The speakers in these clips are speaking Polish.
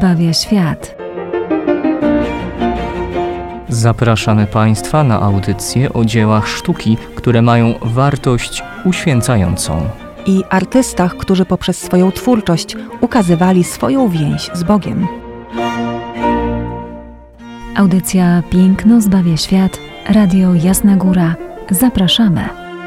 zbawia świat. Zapraszamy Państwa na audycję o dziełach sztuki, które mają wartość uświęcającą. I artystach, którzy poprzez swoją twórczość ukazywali swoją więź z Bogiem. Audycja Piękno zbawia świat. Radio Jasna Góra. Zapraszamy.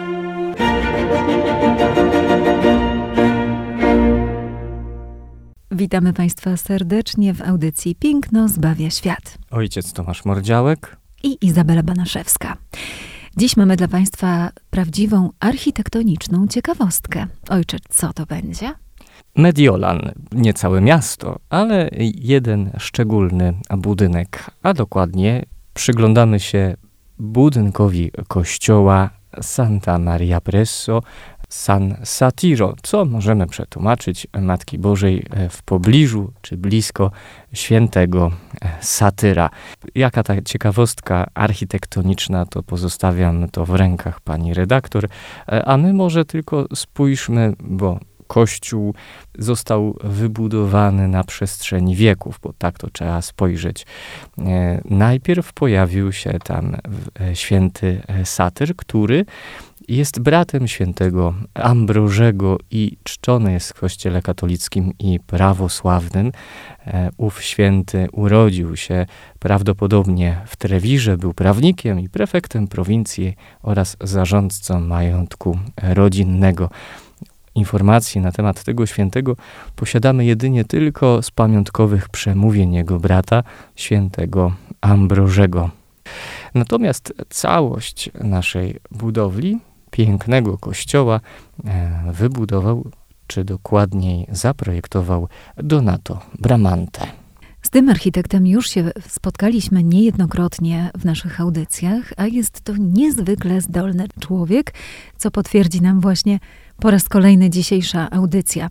Witamy Państwa serdecznie w audycji Piękno zbawia świat. Ojciec Tomasz Mordziałek I Izabela Banaszewska. Dziś mamy dla Państwa prawdziwą architektoniczną ciekawostkę. Ojcze, co to będzie? Mediolan, nie całe miasto, ale jeden szczególny budynek, a dokładnie przyglądamy się budynkowi kościoła Santa Maria Presso San Satiro, co możemy przetłumaczyć Matki Bożej w pobliżu czy blisko świętego Satyra. Jaka ta ciekawostka architektoniczna, to pozostawiam to w rękach pani redaktor, a my może tylko spójrzmy, bo Kościół został wybudowany na przestrzeni wieków, bo tak to trzeba spojrzeć. Najpierw pojawił się tam święty Satyr, który jest bratem świętego Ambrożego i czczony jest w kościele katolickim i prawosławnym. Ów święty urodził się prawdopodobnie w Trewirze, był prawnikiem i prefektem prowincji oraz zarządcą majątku rodzinnego. Informacji na temat tego świętego posiadamy jedynie tylko z pamiątkowych przemówień jego brata, świętego Ambrożego. Natomiast całość naszej budowli, pięknego kościoła, wybudował, czy dokładniej zaprojektował Donato Bramante. Z tym architektem już się spotkaliśmy niejednokrotnie w naszych audycjach, a jest to niezwykle zdolny człowiek, co potwierdzi nam właśnie po raz kolejny dzisiejsza audycja.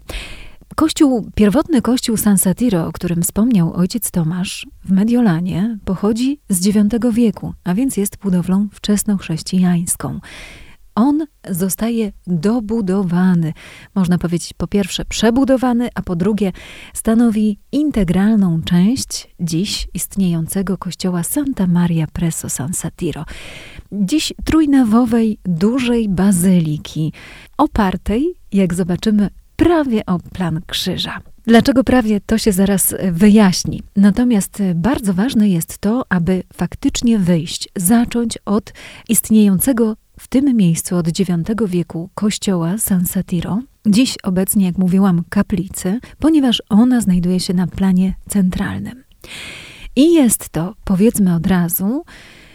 Pierwotny kościół San Satiro, o którym wspomniał ojciec Tomasz, w Mediolanie pochodzi z IX wieku, a więc jest budowlą wczesnochrześcijańską. On zostaje dobudowany, można powiedzieć po pierwsze przebudowany, a po drugie stanowi integralną część dziś istniejącego kościoła Santa Maria Presso San Satiro. Dziś trójnawowej, dużej bazyliki, opartej, jak zobaczymy, prawie o plan krzyża. Dlaczego prawie, to się zaraz wyjaśni. Natomiast bardzo ważne jest to, aby faktycznie zacząć od istniejącego w tym miejscu od IX wieku kościoła San Satiro, dziś obecnie, jak mówiłam, kaplicy, ponieważ ona znajduje się na planie centralnym. I jest to, powiedzmy od razu,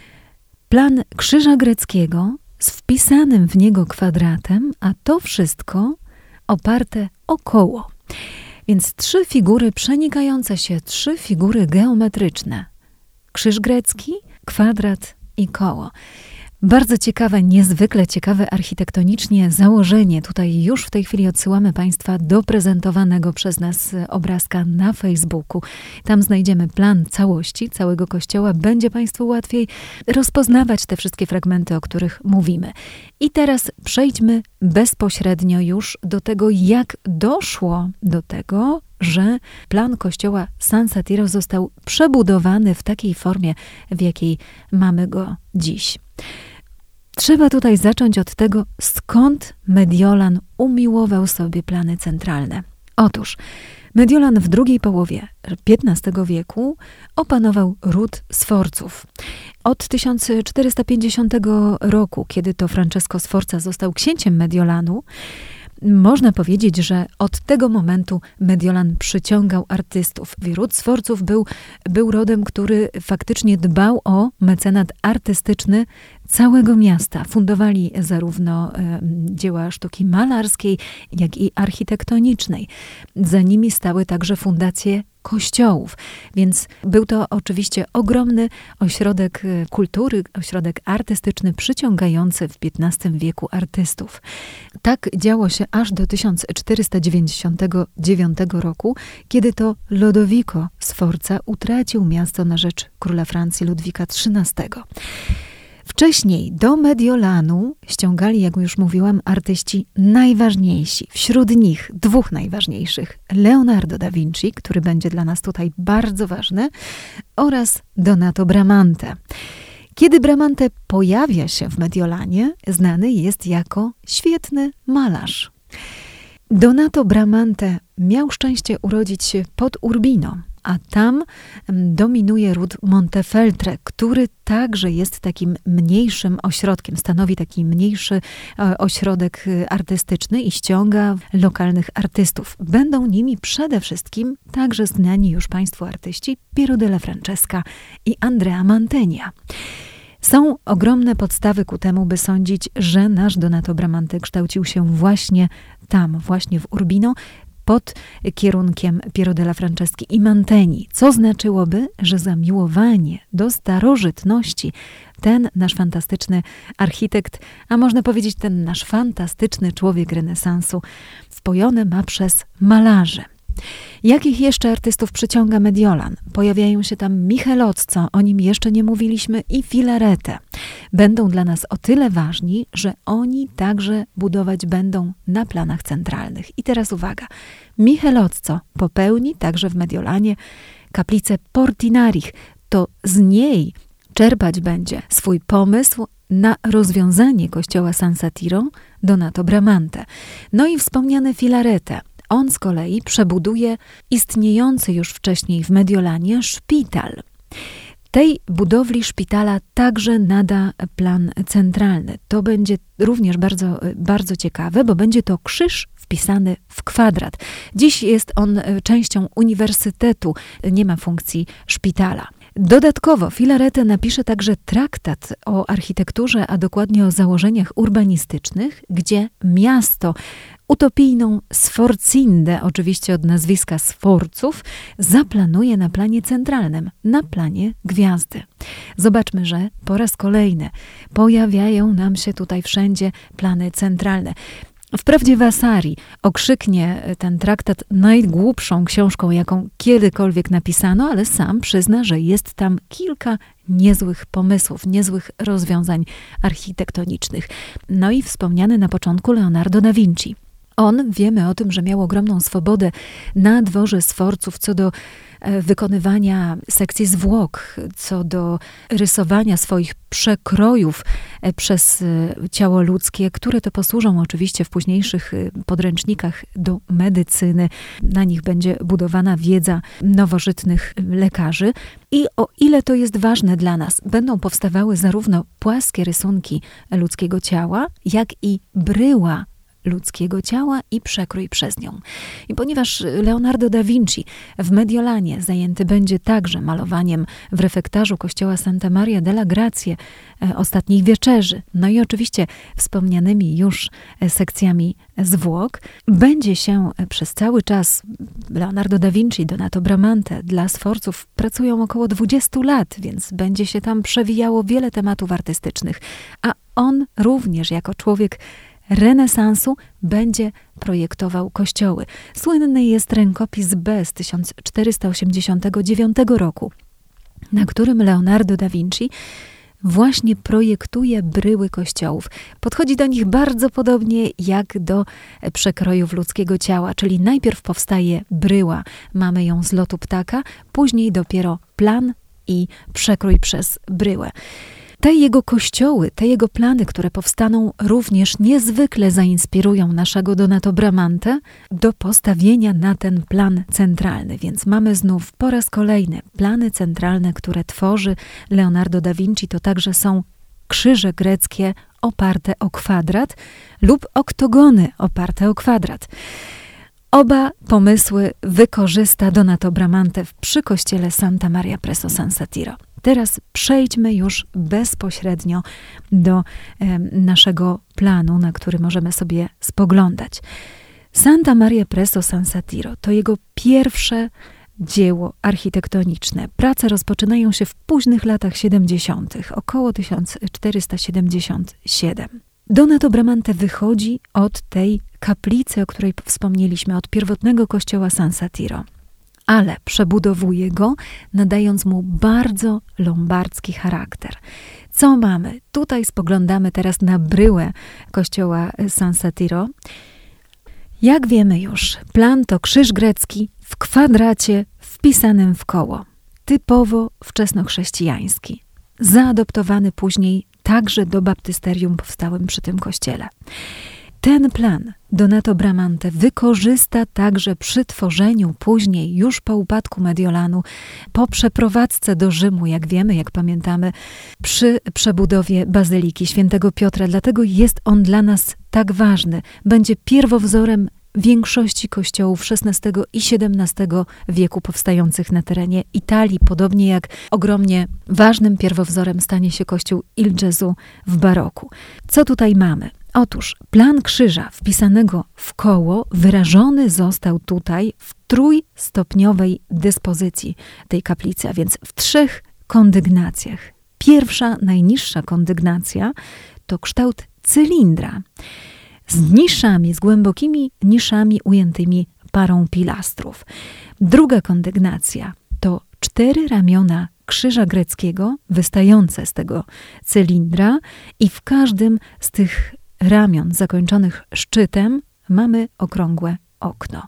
plan krzyża greckiego z wpisanym w niego kwadratem, a to wszystko oparte o koło. Więc 3 figury przenikające się, 3 figury geometryczne. Krzyż grecki, kwadrat i koło. Bardzo ciekawe, niezwykle ciekawe architektonicznie założenie. Tutaj już w tej chwili odsyłamy Państwa do prezentowanego przez nas obrazka na Facebooku. Tam znajdziemy plan całości, całego kościoła. Będzie Państwu łatwiej rozpoznawać te wszystkie fragmenty, o których mówimy. I teraz przejdźmy bezpośrednio już do tego, jak doszło do tego, że plan kościoła San Satiro został przebudowany w takiej formie, w jakiej mamy go dziś. Trzeba tutaj zacząć od tego, skąd Mediolan umiłował sobie plany centralne. Otóż Mediolan w drugiej połowie XV wieku opanował ród Sforców. Od 1450 roku, kiedy to Francesco Sforza został księciem Mediolanu, można powiedzieć, że od tego momentu Mediolan przyciągał artystów. Ród Sforców był rodem, który faktycznie dbał o mecenat artystyczny całego miasta. Fundowali zarówno dzieła sztuki malarskiej, jak i architektonicznej. Za nimi stały także fundacje kościołów. Więc był to oczywiście ogromny ośrodek kultury, ośrodek artystyczny przyciągający w XV wieku artystów. Tak działo się aż do 1499 roku, kiedy to Lodovico Sforza utracił miasto na rzecz króla Francji Ludwika XIII. Wcześniej do Mediolanu ściągali, jak już mówiłam, artyści najważniejsi. Wśród nich 2 najważniejszych. Leonardo da Vinci, który będzie dla nas tutaj bardzo ważny, oraz Donato Bramante. Kiedy Bramante pojawia się w Mediolanie, znany jest jako świetny malarz. Donato Bramante miał szczęście urodzić się pod Urbino, a tam dominuje ród Montefeltre, który także jest takim mniejszym ośrodkiem, stanowi taki mniejszy ośrodek artystyczny i ściąga lokalnych artystów. Będą nimi przede wszystkim także znani już Państwu artyści Piero della Francesca i Andrea Mantegna. Są ogromne podstawy ku temu, by sądzić, że nasz Donato Bramante kształcił się właśnie tam, właśnie w Urbino, pod kierunkiem Piero della Franceschi i Mantegni, co znaczyłoby, że zamiłowanie do starożytności ten nasz fantastyczny architekt, a można powiedzieć ten nasz fantastyczny człowiek renesansu, wpojone ma przez malarzy. Jakich jeszcze artystów przyciąga Mediolan? Pojawiają się tam Michelozzo, o nim jeszcze nie mówiliśmy, i Filarete. Będą dla nas o tyle ważni, że oni także budować będą na planach centralnych. I teraz uwaga, Michelozzo popełni także w Mediolanie kaplicę Portinarich. To z niej czerpać będzie swój pomysł na rozwiązanie kościoła San Satiro Donato Bramante. No i wspomniany Filarete. On z kolei przebuduje istniejący już wcześniej w Mediolanie szpital. Tej budowli szpitala także nada plan centralny. To będzie również bardzo, bardzo ciekawe, bo będzie to krzyż wpisany w kwadrat. Dziś jest on częścią uniwersytetu, nie ma funkcji szpitala. Dodatkowo Filarete napisze także traktat o architekturze, a dokładnie o założeniach urbanistycznych, gdzie miasto utopijną Sforzindę, oczywiście od nazwiska Sforców, zaplanuje na planie centralnym, na planie gwiazdy. Zobaczmy, że po raz kolejny pojawiają nam się tutaj wszędzie plany centralne. Wprawdzie Vasari okrzyknie ten traktat najgłupszą książką, jaką kiedykolwiek napisano, ale sam przyzna, że jest tam kilka niezłych pomysłów, niezłych rozwiązań architektonicznych. No i wspomniany na początku Leonardo da Vinci. On, wiemy o tym, że miał ogromną swobodę na dworze Sforców co do wykonywania sekcji zwłok, co do rysowania swoich przekrojów przez ciało ludzkie, które to posłużą oczywiście w późniejszych podręcznikach do medycyny. Na nich będzie budowana wiedza nowożytnych lekarzy. I o ile to jest ważne dla nas, będą powstawały zarówno płaskie rysunki ludzkiego ciała, jak i bryła ludzkiego ciała i przekrój przez nią. I ponieważ Leonardo da Vinci w Mediolanie zajęty będzie także malowaniem w refektarzu kościoła Santa Maria della Grazie Ostatniej Wieczerzy, no i oczywiście wspomnianymi już sekcjami zwłok, będzie się przez cały czas Leonardo da Vinci, Donato Bramante dla Sforców pracują około 20 lat, więc będzie się tam przewijało wiele tematów artystycznych, a on również jako człowiek renesansu będzie projektował kościoły. Słynny jest rękopis B z 1489 roku, na którym Leonardo da Vinci właśnie projektuje bryły kościołów. Podchodzi do nich bardzo podobnie jak do przekrojów ludzkiego ciała, czyli najpierw powstaje bryła, mamy ją z lotu ptaka, później dopiero plan i przekrój przez bryłę. Te jego kościoły, te jego plany, które powstaną, również niezwykle zainspirują naszego Donato Bramante do postawienia na ten plan centralny. Więc mamy znów po raz kolejny plany centralne, które tworzy Leonardo da Vinci. To także są krzyże greckie oparte o kwadrat lub oktogony oparte o kwadrat. Oba pomysły wykorzysta Donato Bramante przy kościele Santa Maria presso San Satiro. Teraz przejdźmy już bezpośrednio do naszego planu, na który możemy sobie spoglądać. Santa Maria presso San Satiro to jego pierwsze dzieło architektoniczne. Prace rozpoczynają się w późnych latach 70., około 1477. Donato Bramante wychodzi od tej kaplicy, o której wspomnieliśmy, od pierwotnego kościoła San Satiro. ale przebudowuje go, nadając mu bardzo lombardzki charakter. Co mamy? Tutaj spoglądamy teraz na bryłę kościoła San Satiro. Jak wiemy już, plan to krzyż grecki w kwadracie wpisanym w koło. Typowo wczesnochrześcijański. Zaadoptowany później także do baptysterium powstałym przy tym kościele. Ten plan Donato Bramante wykorzysta także przy tworzeniu później, już po upadku Mediolanu, po przeprowadzce do Rzymu, jak wiemy, jak pamiętamy, przy przebudowie Bazyliki Świętego Piotra. Dlatego jest on dla nas tak ważny. Będzie pierwowzorem większości kościołów XVI i XVII wieku powstających na terenie Italii, podobnie jak ogromnie ważnym pierwowzorem stanie się kościół Il Gesù w baroku. Co tutaj mamy? Otóż plan krzyża wpisanego w koło wyrażony został tutaj w trójstopniowej dyspozycji tej kaplicy, a więc w 3 kondygnacjach. Pierwsza, najniższa kondygnacja to kształt cylindra z niszami, z głębokimi niszami ujętymi parą pilastrów. Druga kondygnacja to 4 ramiona krzyża greckiego wystające z tego cylindra i w każdym z tych ramion zakończonych szczytem mamy okrągłe okno.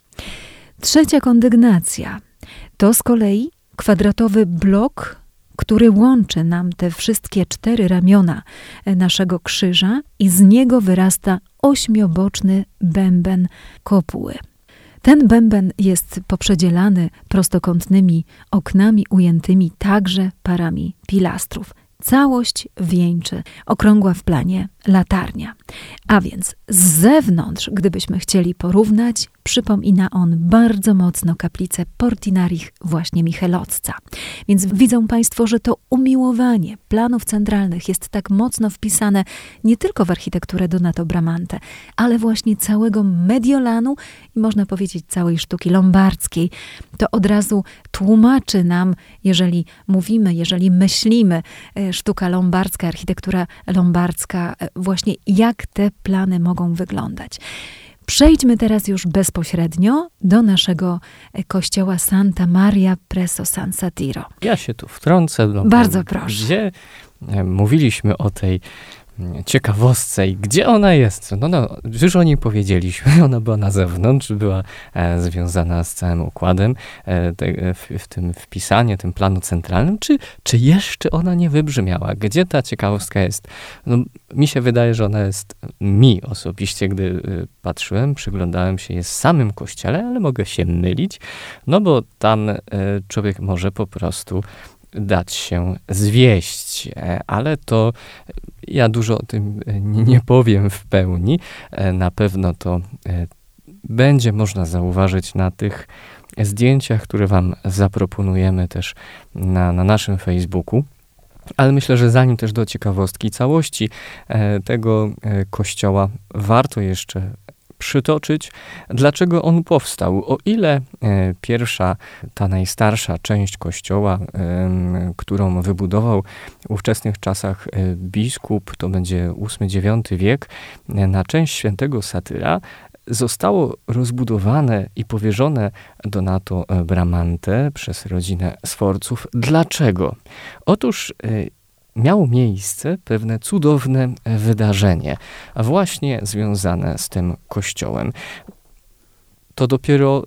Trzecia kondygnacja to z kolei kwadratowy blok, który łączy nam te wszystkie 4 ramiona naszego krzyża i z niego wyrasta 8-boczny bęben kopuły. Ten bęben jest poprzedzielany prostokątnymi oknami ujętymi także parami pilastrów. Całość wieńczy okrągła w planie latarnia. A więc z zewnątrz, gdybyśmy chcieli porównać, przypomina on bardzo mocno kaplicę Portinarich właśnie Michelozza. Więc widzą Państwo, że to umiłowanie planów centralnych jest tak mocno wpisane nie tylko w architekturę Donato Bramante, ale właśnie całego Mediolanu i można powiedzieć całej sztuki lombardzkiej. To od razu tłumaczy nam, jeżeli mówimy, jeżeli myślimy sztuka lombardzka, architektura lombardzka, właśnie jak te plany mogą wyglądać. Przejdźmy teraz już bezpośrednio do naszego kościoła Santa Maria presso San Satiro. Ja się tu wtrącę. Bardzo proszę. Gdzie mówiliśmy o tej ciekawostce i gdzie ona jest? No, już o niej powiedzieliśmy. Ona była na zewnątrz, była związana z całym układem, w tym wpisanie, tym planu centralnym. Czy jeszcze ona nie wybrzmiała? Gdzie ta ciekawostka jest? No, mi się wydaje, że ona jest mi osobiście, gdy patrzyłem, przyglądałem się, jest w samym kościele, ale mogę się mylić, no bo tam człowiek może po prostu dać się zwieść, ale to ja dużo o tym nie powiem w pełni. Na pewno to będzie można zauważyć na tych zdjęciach, które wam zaproponujemy też na naszym Facebooku. Ale myślę, że zanim też do ciekawostki całości tego kościoła warto jeszcze przytoczyć, dlaczego on powstał. O ile pierwsza, ta najstarsza część kościoła, którą wybudował w ówczesnych czasach biskup, to będzie VIII-IX wiek, na część świętego Satyra, zostało rozbudowane i powierzone Donato Bramante przez rodzinę Sforców. Dlaczego? Otóż miało miejsce pewne cudowne wydarzenie, a właśnie związane z tym kościołem. To dopiero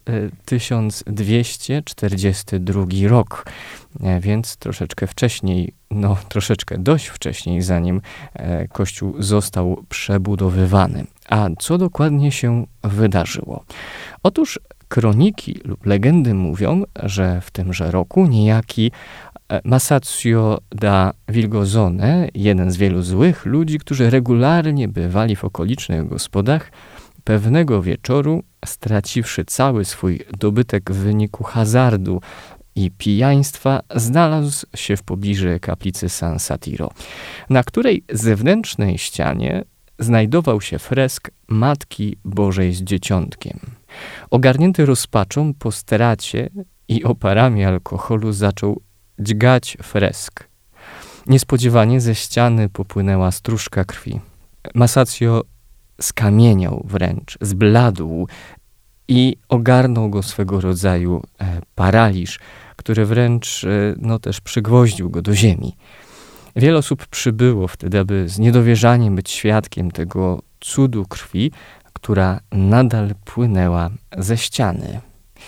1242 rok, więc troszeczkę wcześniej, dość wcześniej, zanim kościół został przebudowywany. A co dokładnie się wydarzyło? Otóż kroniki lub legendy mówią, że w tymże roku niejaki Masaccio da Vilgosone, jeden z wielu złych ludzi, którzy regularnie bywali w okolicznych gospodach, pewnego wieczoru, straciwszy cały swój dobytek w wyniku hazardu i pijaństwa, znalazł się w pobliżu kaplicy San Satiro, na której zewnętrznej ścianie znajdował się fresk Matki Bożej z Dzieciątkiem. Ogarnięty rozpaczą po stracie i oparami alkoholu zaczął dźgać fresk. Niespodziewanie ze ściany popłynęła stróżka krwi. Masaccio skamieniał wręcz, zbladł i ogarnął go swego rodzaju paraliż, który wręcz też przygwoździł go do ziemi. Wiele osób przybyło wtedy, aby z niedowierzaniem być świadkiem tego cudu krwi, która nadal płynęła ze ściany.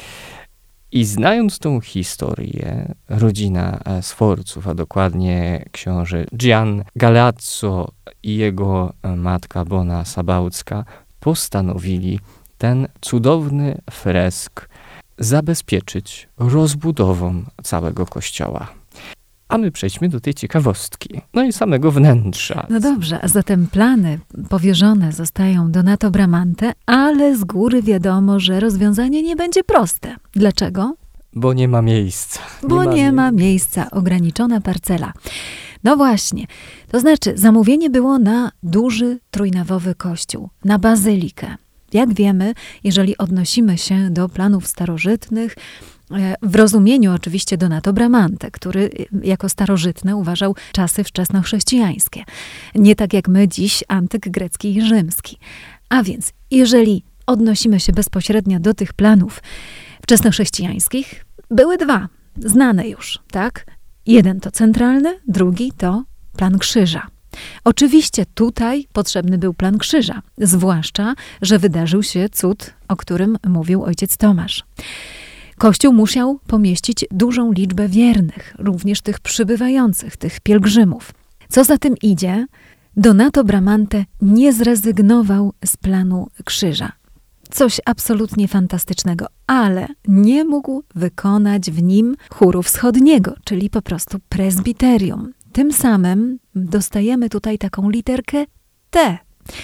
I znając tą historię, rodzina Sforców, a dokładnie książę Gian Galeazzo i jego matka Bona Sabałcka, postanowili ten cudowny fresk zabezpieczyć rozbudową całego kościoła. A my przejdźmy do tej ciekawostki, i samego wnętrza. No dobrze, a zatem plany powierzone zostają Donato Bramante, ale z góry wiadomo, że rozwiązanie nie będzie proste. Dlaczego? Bo nie ma miejsca. Nie ma miejsca, ograniczona parcela. No właśnie, to znaczy zamówienie było na duży trójnawowy kościół, na bazylikę. Jak wiemy, jeżeli odnosimy się do planów starożytnych, w rozumieniu oczywiście Donato Bramante, który jako starożytne uważał czasy wczesnochrześcijańskie. Nie tak jak my dziś antyk grecki i rzymski. A więc, jeżeli odnosimy się bezpośrednio do tych planów wczesnochrześcijańskich, były dwa, znane już, tak? Jeden to centralny, drugi to plan krzyża. Oczywiście tutaj potrzebny był plan krzyża, zwłaszcza, że wydarzył się cud, o którym mówił ojciec Tomasz. Kościół musiał pomieścić dużą liczbę wiernych, również tych przybywających, tych pielgrzymów. Co za tym idzie, Donato Bramante nie zrezygnował z planu krzyża. Coś absolutnie fantastycznego, ale nie mógł wykonać w nim chóru wschodniego, czyli po prostu prezbiterium. Tym samym dostajemy tutaj taką literkę T.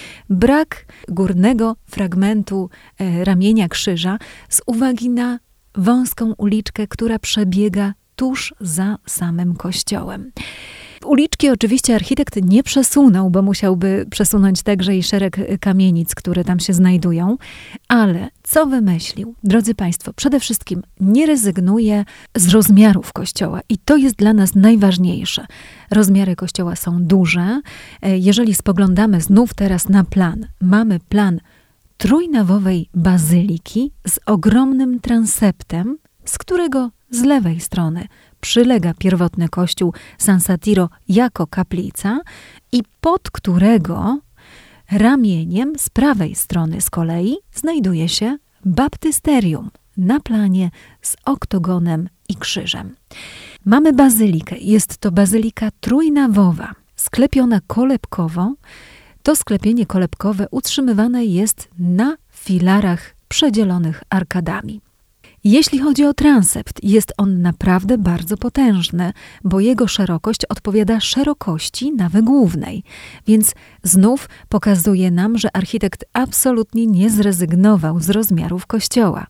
Brak górnego fragmentu ramienia krzyża z uwagi na wąską uliczkę, która przebiega tuż za samym kościołem. Uliczki oczywiście architekt nie przesunął, bo musiałby przesunąć także i szereg kamienic, które tam się znajdują. Ale co wymyślił? Drodzy Państwo, przede wszystkim nie rezygnuje z rozmiarów kościoła i to jest dla nas najważniejsze. Rozmiary kościoła są duże. Jeżeli spoglądamy znów teraz na plan, mamy plan trójnawowej bazyliki z ogromnym transeptem, z którego z lewej strony przylega pierwotny kościół San Satiro jako kaplica i pod którego ramieniem z prawej strony z kolei znajduje się baptysterium na planie z oktogonem i krzyżem. Mamy bazylikę. Jest to bazylika trójnawowa, sklepiona kolebkowo. To sklepienie kolebkowe utrzymywane jest na filarach przedzielonych arkadami. Jeśli chodzi o transept, jest on naprawdę bardzo potężny, bo jego szerokość odpowiada szerokości nawy głównej. Więc znów pokazuje nam, że architekt absolutnie nie zrezygnował z rozmiarów kościoła.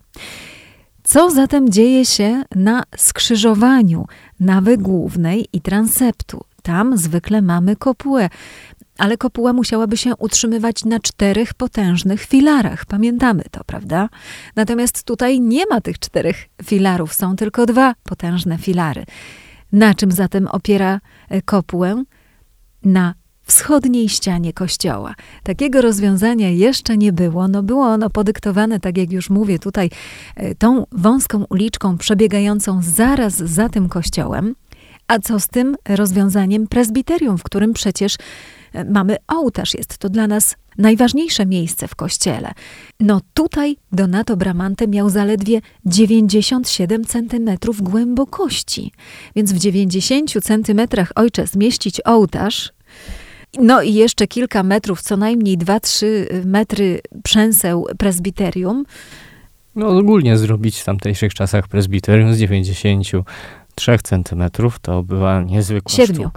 Co zatem dzieje się na skrzyżowaniu nawy głównej i transeptu? Tam zwykle mamy kopułę, ale kopuła musiałaby się utrzymywać na 4 potężnych filarach. Pamiętamy to, prawda? Natomiast tutaj nie ma tych 4 filarów, są tylko 2 potężne filary. Na czym zatem opiera kopułę? Na wschodniej ścianie kościoła. Takiego rozwiązania jeszcze nie było. Było ono podyktowane, tak jak już mówię tutaj, tą wąską uliczką przebiegającą zaraz za tym kościołem. A co z tym rozwiązaniem prezbiterium, w którym przecież mamy ołtarz? Jest to dla nas najważniejsze miejsce w kościele. Tutaj Donato Bramante miał zaledwie 97 cm głębokości. Więc w 90 cm ojcze zmieścić ołtarz, i jeszcze kilka metrów, co najmniej 2-3 metry przęseł prezbiterium. Ogólnie zrobić w tamtejszych czasach prezbiterium z 93 centymetrów to była niezwykła sztuka.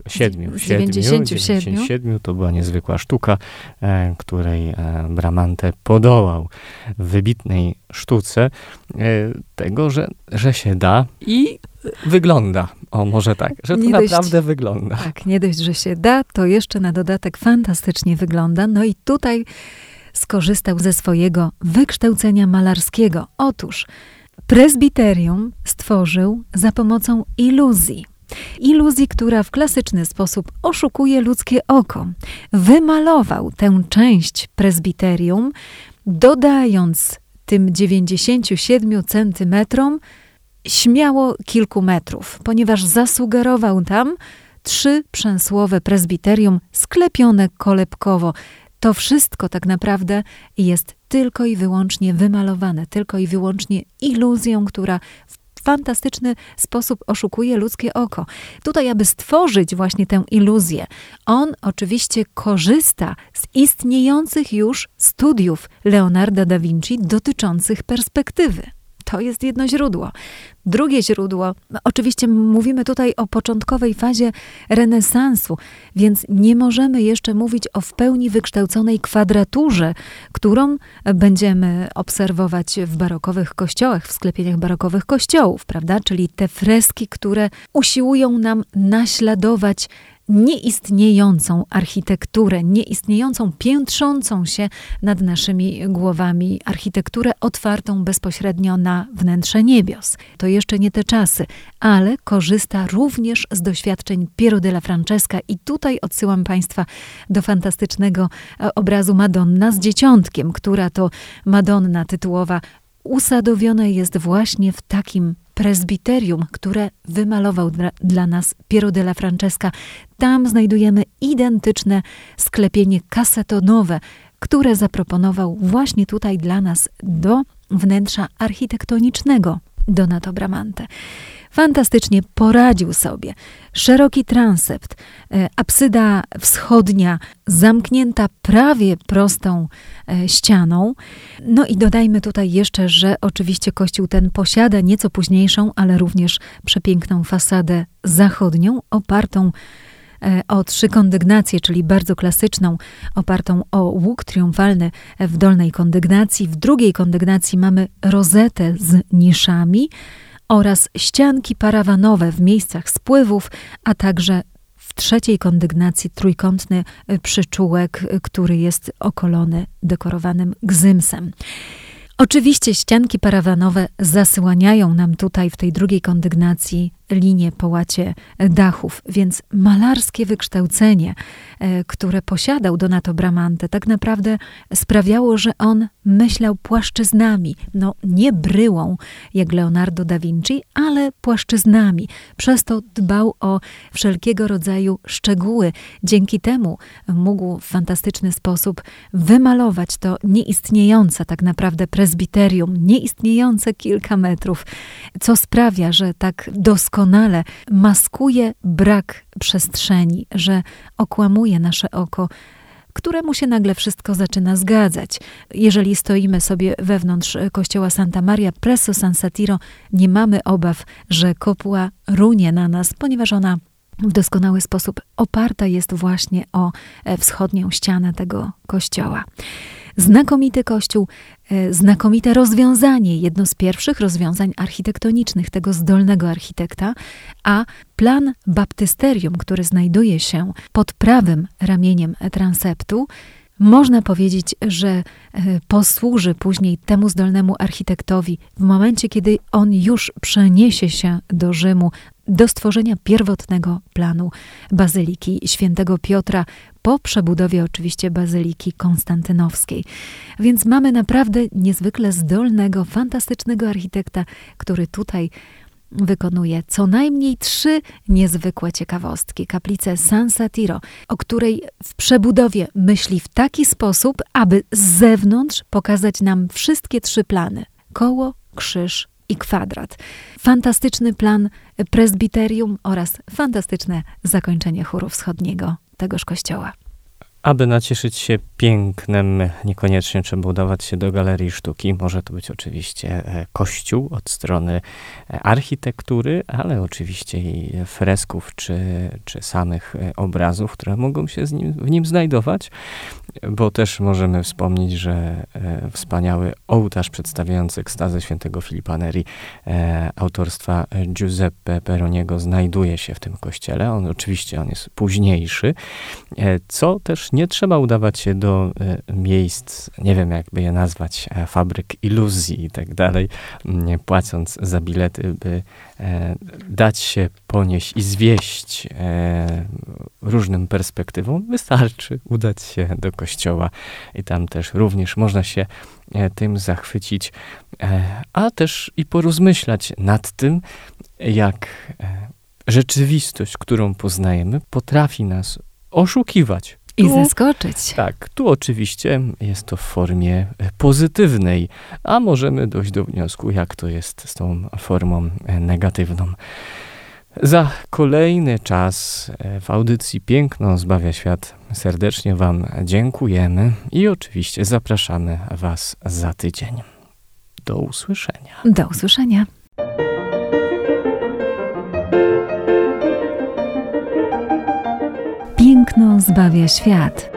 97 to była niezwykła sztuka, której Bramante podołał w wybitnej sztuce tego, że się da i wygląda. Może tak, że to naprawdę wygląda. Tak, nie dość, że się da, to jeszcze na dodatek fantastycznie wygląda. I tutaj skorzystał ze swojego wykształcenia malarskiego. Otóż prezbiterium stworzył za pomocą iluzji. Iluzji, która w klasyczny sposób oszukuje ludzkie oko. Wymalował tę część prezbiterium, dodając tym 97 centymetrom śmiało kilku metrów, ponieważ zasugerował tam 3 przęsłowe prezbiterium sklepione kolebkowo. To wszystko tak naprawdę jest tylko i wyłącznie wymalowane, tylko i wyłącznie iluzją, która w fantastyczny sposób oszukuje ludzkie oko. Tutaj, aby stworzyć właśnie tę iluzję, on oczywiście korzysta z istniejących już studiów Leonarda da Vinci dotyczących perspektywy. To jest jedno źródło. Drugie źródło, oczywiście mówimy tutaj o początkowej fazie renesansu, więc nie możemy jeszcze mówić o w pełni wykształconej kwadraturze, którą będziemy obserwować w barokowych kościołach, w sklepieniach barokowych kościołów, prawda? Czyli te freski, które usiłują nam naśladować nieistniejącą architekturę, nieistniejącą, piętrzącą się nad naszymi głowami architekturę otwartą bezpośrednio na wnętrze niebios. To jeszcze nie te czasy, ale korzysta również z doświadczeń Piero della Francesca i tutaj odsyłam Państwa do fantastycznego obrazu Madonna z Dzieciątkiem, która to Madonna tytułowa usadowiona jest właśnie w takim prezbiterium, które wymalował dla nas Piero della Francesca. Tam znajdujemy identyczne sklepienie kasetonowe, które zaproponował właśnie tutaj dla nas do wnętrza architektonicznego Donato Bramante. Fantastycznie poradził sobie. Szeroki transept, apsyda wschodnia zamknięta prawie prostą ścianą. No i dodajmy tutaj jeszcze, że oczywiście kościół ten posiada nieco późniejszą, ale również przepiękną fasadę zachodnią, opartą o 3 kondygnacje, czyli bardzo klasyczną, opartą o łuk triumfalny w dolnej kondygnacji. W drugiej kondygnacji mamy rozetę z niszami oraz ścianki parawanowe w miejscach spływów, a także w trzeciej kondygnacji trójkątny przyczółek, który jest okolony dekorowanym gzymsem. Oczywiście ścianki parawanowe zasłaniają nam tutaj w tej drugiej kondygnacji linie połacie dachów, więc malarskie wykształcenie, które posiadał Donato Bramante, tak naprawdę sprawiało, że on myślał płaszczyznami, no nie bryłą jak Leonardo da Vinci, ale płaszczyznami. Przez to dbał o wszelkiego rodzaju szczegóły. Dzięki temu mógł w fantastyczny sposób wymalować to nieistniejące tak naprawdę prezbiterium, nieistniejące kilka metrów, co sprawia, że tak doskonale maskuje brak przestrzeni, że okłamuje nasze oko, któremu się nagle wszystko zaczyna zgadzać. Jeżeli stoimy sobie wewnątrz kościoła Santa Maria presso San Satiro, nie mamy obaw, że kopuła runie na nas, ponieważ ona w doskonały sposób oparta jest właśnie o wschodnią ścianę tego kościoła. Znakomity kościół, znakomite rozwiązanie, jedno z pierwszych rozwiązań architektonicznych tego zdolnego architekta, a plan baptysterium, który znajduje się pod prawym ramieniem transeptu, można powiedzieć, że posłuży później temu zdolnemu architektowi w momencie, kiedy on już przeniesie się do Rzymu, do stworzenia pierwotnego planu Bazyliki Świętego Piotra, po przebudowie oczywiście Bazyliki Konstantynowskiej. Więc mamy naprawdę niezwykle zdolnego, fantastycznego architekta, który tutaj wykonuje co najmniej 3 niezwykłe ciekawostki. Kaplicę San Satiro, o której w przebudowie myśli w taki sposób, aby z zewnątrz pokazać nam wszystkie 3 plany. Koło, krzyż i kwadrat. Fantastyczny plan prezbiterium oraz fantastyczne zakończenie chóru wschodniego tegoż kościoła. Aby nacieszyć się pięknem, niekoniecznie trzeba udawać się do galerii sztuki. Może to być oczywiście kościół od strony architektury, ale oczywiście i fresków czy samych obrazów, które mogą się w nim znajdować, bo też możemy wspomnieć, że wspaniały ołtarz przedstawiający ekstazę świętego Filipa Neri autorstwa Giuseppe Peroniego znajduje się w tym kościele. On jest późniejszy, co też nie trzeba udawać się do miejsc, nie wiem jakby je nazwać, fabryk iluzji i tak dalej, płacąc za bilety, by dać się ponieść i zwieść różnym perspektywom. Wystarczy udać się do kościoła i tam też również można się tym zachwycić, a też i porozmyślać nad tym, jak rzeczywistość, którą poznajemy, potrafi nas oszukiwać. I zaskoczyć. Tak, tu oczywiście jest to w formie pozytywnej, a możemy dojść do wniosku, jak to jest z tą formą negatywną. Za kolejny czas w audycji Piękno zbawia świat serdecznie Wam dziękujemy i oczywiście zapraszamy Was za tydzień. Do usłyszenia. Do usłyszenia. Piękno zbawia świat.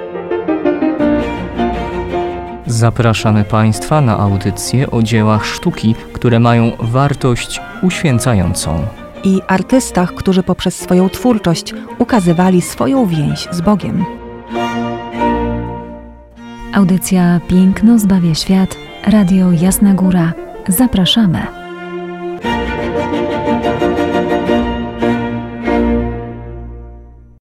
Zapraszamy Państwa na audycje o dziełach sztuki, które mają wartość uświęcającą. I artystach, którzy poprzez swoją twórczość ukazywali swoją więź z Bogiem. Audycja Piękno zbawia świat. Radio Jasna Góra. Zapraszamy.